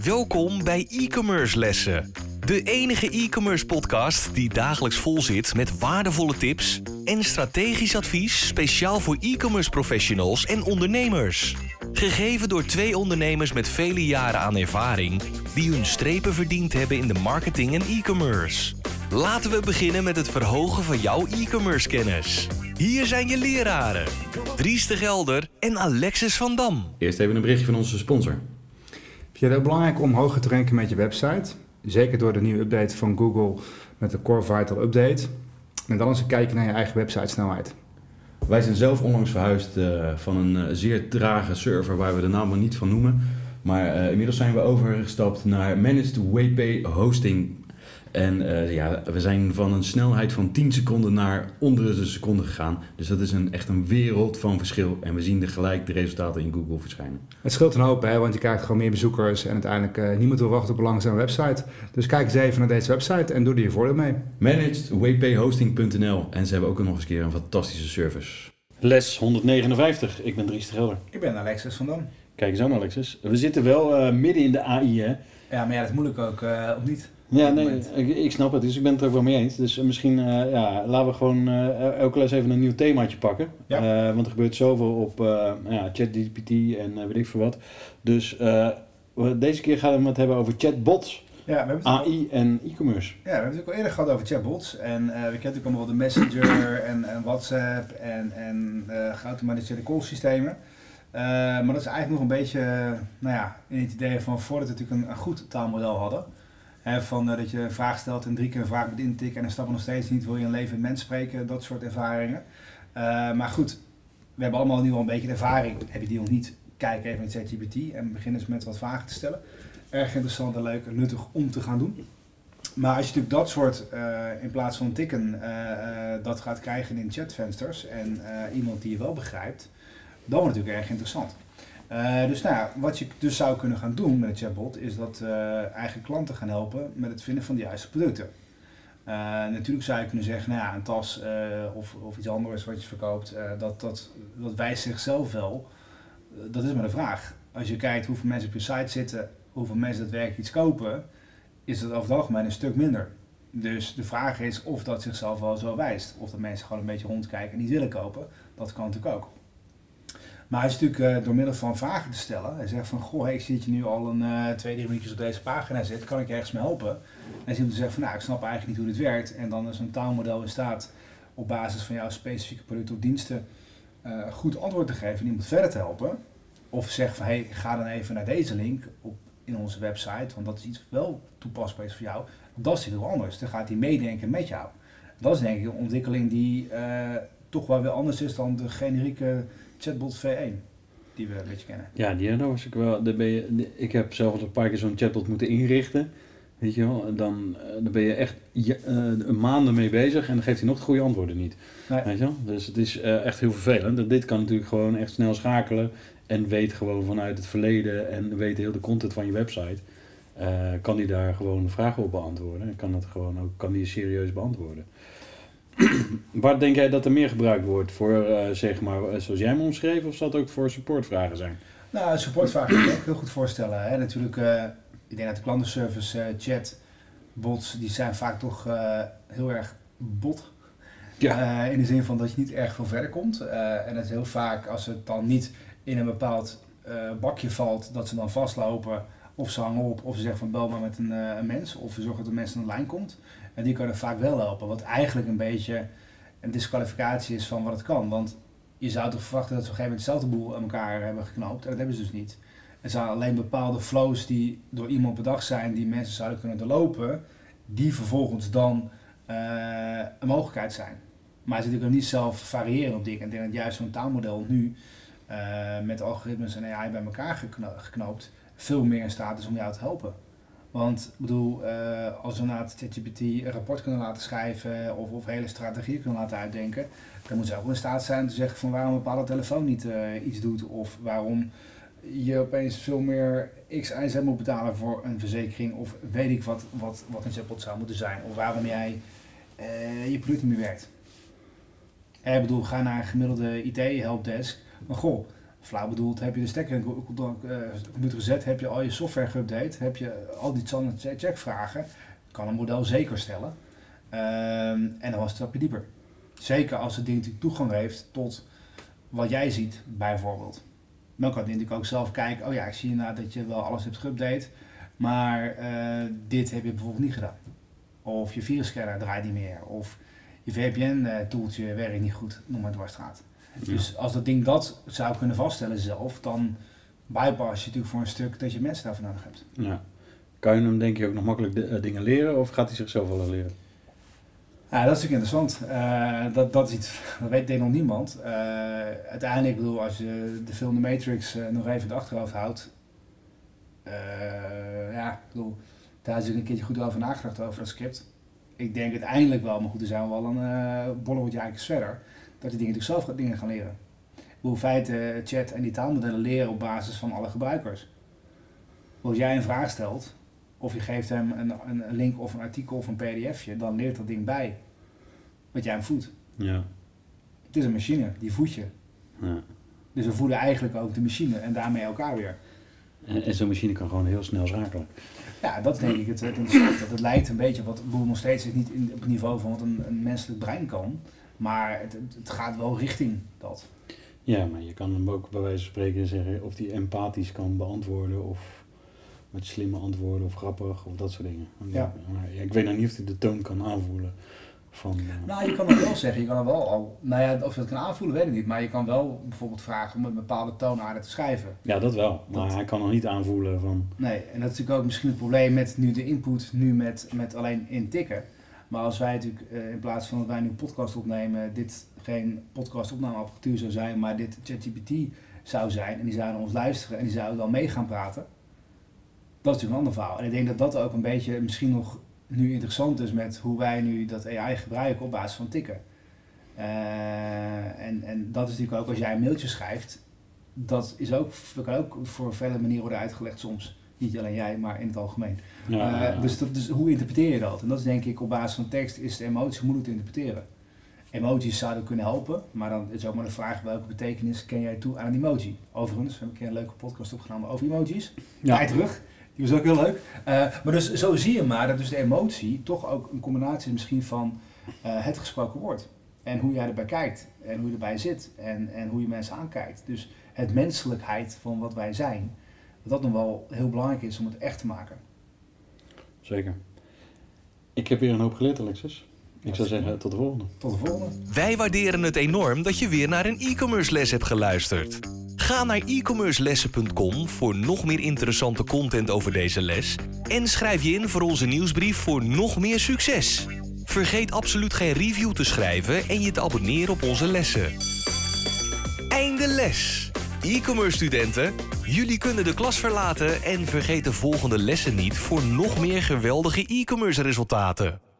Welkom bij e-commerce lessen. De enige e-commerce podcast die dagelijks vol zit met waardevolle tips en strategisch advies speciaal voor e-commerce professionals en ondernemers. Gegeven door 2 ondernemers met vele jaren aan ervaring die hun strepen verdiend hebben in de marketing en e-commerce. Laten we beginnen met het verhogen van jouw e-commerce kennis. Hier zijn je leraren, Dries de Gelder en Alexis van Dam. Eerst even een berichtje van onze sponsor. Vind je het ook belangrijk om hoger te ranken met je website? Zeker door de nieuwe update van Google met de Core Vital Update. En dan eens een kijkje naar je eigen websitesnelheid. Wij zijn zelf onlangs verhuisd van een zeer trage server waar we de naam maar niet van noemen. Maar inmiddels zijn we overgestapt naar Managed WP Hosting. En we zijn van een snelheid van 10 seconden naar onder de seconde gegaan. Dus dat is echt een wereld van verschil. En we zien gelijk de resultaten in Google verschijnen. Het scheelt een hoop, want je krijgt gewoon meer bezoekers en uiteindelijk niemand wil wachten op een langzame website. Dus kijk eens even naar deze website en doe er je voordeel mee. ManagedWPHosting.nl. En ze hebben ook nog eens een keer een fantastische service. Les 159. Ik ben Dries de Gelder. Ik ben Alexis van Dam. Kijk eens aan, Alexis. We zitten wel midden in de AI, hè? Ja, maar dat is moeilijk ook, of niet? Ja, nee, ik snap het. Dus ik ben het er ook wel mee eens. Dus misschien laten we gewoon elke les even een nieuw themaatje pakken. Ja. Want er gebeurt zoveel op ChatGPT en weet ik veel wat. Dus deze keer gaan we het hebben over chatbots, AI en e-commerce. Ja, we hebben het ook al eerder gehad over chatbots. En we kennen natuurlijk allemaal wel de Messenger en WhatsApp en geautomatiseerde callsystemen. Maar dat is eigenlijk nog een beetje in het idee van voordat we natuurlijk een goed taalmodel hadden. Van dat je een vraag stelt en 3 keer een vraag moet intikken en dan stappen nog steeds niet, wil je een levend mens spreken, dat soort ervaringen. Maar goed, we hebben allemaal nu al een beetje ervaring. Heb je die nog niet? Kijk even naar ChatGPT en begin eens met wat vragen te stellen. Erg interessant en leuk en nuttig om te gaan doen. Maar als je natuurlijk dat soort, in plaats van tikken, dat gaat krijgen in chatvensters en iemand die je wel begrijpt, dan wordt het natuurlijk erg interessant. Wat je dus zou kunnen gaan doen met een chatbot is dat eigen klanten gaan helpen met het vinden van de juiste producten. Natuurlijk zou je kunnen zeggen, een tas of iets anders wat je verkoopt, dat wijst zichzelf wel. Dat is maar de vraag. Als je kijkt hoeveel mensen op je site zitten, hoeveel mensen daadwerkelijk iets kopen, is het over het algemeen een stuk minder. Dus de vraag is of dat zichzelf wel zo wijst. Of dat mensen gewoon een beetje rondkijken en niet willen kopen. Dat kan natuurlijk ook. Maar als je natuurlijk door middel van vragen te stellen en zegt van, ik zie dat je nu al 2-3 minuutjes op deze pagina zit, kan ik je ergens mee helpen? En als iemand zegt van, ik snap eigenlijk niet hoe dit werkt, en dan is een taalmodel in staat op basis van jouw specifieke producten of diensten goed antwoord te geven en iemand verder te helpen. Of zegt van, ga dan even naar deze link in onze website, want dat is iets wat wel toepasbaar is voor jou. Dat is heel anders. Dan gaat hij meedenken met jou. Dat is denk ik een ontwikkeling die toch wel weer anders is dan de generieke chatbot V1, die we een beetje kennen. Ja, daar was ik wel. Ik heb zelf al een paar keer zo'n chatbot moeten inrichten. Weet je wel, dan ben je echt een maanden mee bezig en dan geeft hij nog de goede antwoorden niet. Nee. Weet je wel? Dus het is echt heel vervelend. Dit kan natuurlijk gewoon echt snel schakelen en weet gewoon vanuit het verleden en weet heel de content van je website. Kan die daar gewoon vragen op beantwoorden en kan die serieus beantwoorden. Waar denk jij dat er meer gebruikt wordt voor, zoals jij me omschreef, of zal het ook voor supportvragen zijn? Nou, supportvragen kan ik me ook heel goed voorstellen. Hè. Natuurlijk, ik denk dat de klantenservice chatbots, die zijn vaak toch heel erg bot. Ja. In de zin van dat je niet erg veel verder komt. En het is heel vaak, als het dan niet in een bepaald bakje valt, dat ze dan vastlopen, of ze hangen op, of ze zeggen van bel maar met een mens, of we zorgen dat de mens aan de lijn komt. En die kunnen vaak wel helpen, wat eigenlijk een beetje een disqualificatie is van wat het kan. Want je zou toch verwachten dat ze op een gegeven moment dezelfde boel aan elkaar hebben geknoopt. En dat hebben ze dus niet. Er zijn alleen bepaalde flows die door iemand bedacht zijn, die mensen zouden kunnen doorlopen, die vervolgens dan een mogelijkheid zijn. Maar ze natuurlijk ook niet zelf variëren op dingen. En ik denk dat juist zo'n taalmodel nu met algoritmes en AI bij elkaar geknoopt veel meer in staat is om jou te helpen. Want ik bedoel, als we na het ChatGPT een rapport kunnen laten schrijven of hele strategieën kunnen laten uitdenken, dan moet ze ook wel in staat zijn te zeggen van waarom een bepaalde telefoon niet iets doet of waarom je opeens veel meer X, Y, Z moet betalen voor een verzekering of weet ik wat een chatbot zou moeten zijn of waarom jij je product niet meer werkt. Ik bedoel, ga naar een gemiddelde IT-helpdesk, maar Flauw bedoeld, heb je de stekker in de computer gezet, heb je al je software geüpdate, heb je al die standaard checkvragen, kan een model zeker stellen. En dan was het een stapje dieper. Zeker als het ding natuurlijk toegang heeft tot wat jij ziet, bijvoorbeeld. Dan kan het natuurlijk ook zelf kijken, oh ja, ik zie inderdaad dat je wel alles hebt geüpdate, maar dit heb je bijvoorbeeld niet gedaan. Of je virusscanner draait niet meer, of je VPN-toeltje werkt niet goed, noem maar dwarsstraat. Ja. Dus als dat ding dat zou kunnen vaststellen zelf, dan bypass je natuurlijk voor een stuk dat je mensen daarvoor nodig hebt. Ja. Kan je hem denk je ook nog makkelijk dingen leren of gaat hij zichzelf wel leren? Ja, dat is natuurlijk interessant. Dat is iets, dat weet denk ik nog niemand. Uiteindelijk, bedoel, als je de film The Matrix nog even in het achterhoofd houdt, ik bedoel, daar is een keertje goed over nagedacht over dat script. Ik denk uiteindelijk wel, maar goed, er zijn we wel een bollewoordje eigenlijk verder, dat die dingen natuurlijk zelf dingen gaan leren. Hoe feiten, chat en die taalmodellen leren op basis van alle gebruikers. Als jij een vraag stelt, of je geeft hem een link of een artikel of een pdfje, dan leert dat ding bij wat jij hem voedt. Ja. Het is een machine, die voed je. Ja. Dus we voeden eigenlijk ook de machine en daarmee elkaar weer. En zo'n machine kan gewoon heel snel schakelen. Ja, dat is denk ik het interessante. Dat het lijkt een beetje, wat nog steeds niet op het niveau van wat een menselijk brein kan. Maar het gaat wel richting dat. Ja, maar je kan hem ook bij wijze van spreken zeggen of die empathisch kan beantwoorden of met slimme antwoorden of grappig of dat soort dingen. Ja. Maar ik weet nou niet of hij de toon kan aanvoelen. Nou, je kan het wel zeggen, je kan er wel al, of je het kan aanvoelen weet ik niet, maar je kan wel bijvoorbeeld vragen om een bepaalde toonaarde te schrijven. Ja, dat wel, maar hij kan nog niet aanvoelen van... Nee, en dat is natuurlijk ook misschien het probleem met nu de input, nu met alleen intikken. Maar als wij natuurlijk, in plaats van dat wij nu een podcast opnemen, dit geen podcastopnameapparatuur zou zijn, maar dit ChatGPT zou zijn en die zouden ons luisteren en die zouden dan mee gaan praten. Dat is natuurlijk een ander verhaal. En ik denk dat dat ook een beetje misschien nog nu interessant is met hoe wij nu dat AI gebruiken op basis van tikken. En dat is natuurlijk ook als jij een mailtje schrijft, dat kan ook voor vele manieren worden uitgelegd soms. Niet alleen jij, maar in het algemeen. Ja. Dus hoe interpreteer je dat? En dat is denk ik op basis van tekst is de emotie moeilijk te interpreteren. Emojis zouden kunnen helpen, maar dan is ook maar de vraag welke betekenis ken jij toe aan een emoji. Overigens heb ik een leuke podcast opgenomen over emojis. Ja. Tijd terug. Die was ook heel leuk. Maar dus zo zie je maar dat dus de emotie toch ook een combinatie is misschien van het gesproken woord. En hoe jij erbij kijkt en hoe je erbij zit en hoe je mensen aankijkt. Dus het menselijkheid van wat wij zijn, dat nog wel heel belangrijk is om het echt te maken. Zeker. Ik heb weer een hoop geleerd, Alexis. Ik zou zeggen, tot de volgende. Tot de volgende. Wij waarderen het enorm dat je weer naar een e-commerce les hebt geluisterd. Ga naar e-commercelessen.com voor nog meer interessante content over deze les en schrijf je in voor onze nieuwsbrief voor nog meer succes. Vergeet absoluut geen review te schrijven en je te abonneren op onze lessen. Einde les! E-commerce studenten, jullie kunnen de klas verlaten en vergeet de volgende lessen niet voor nog meer geweldige e-commerce resultaten.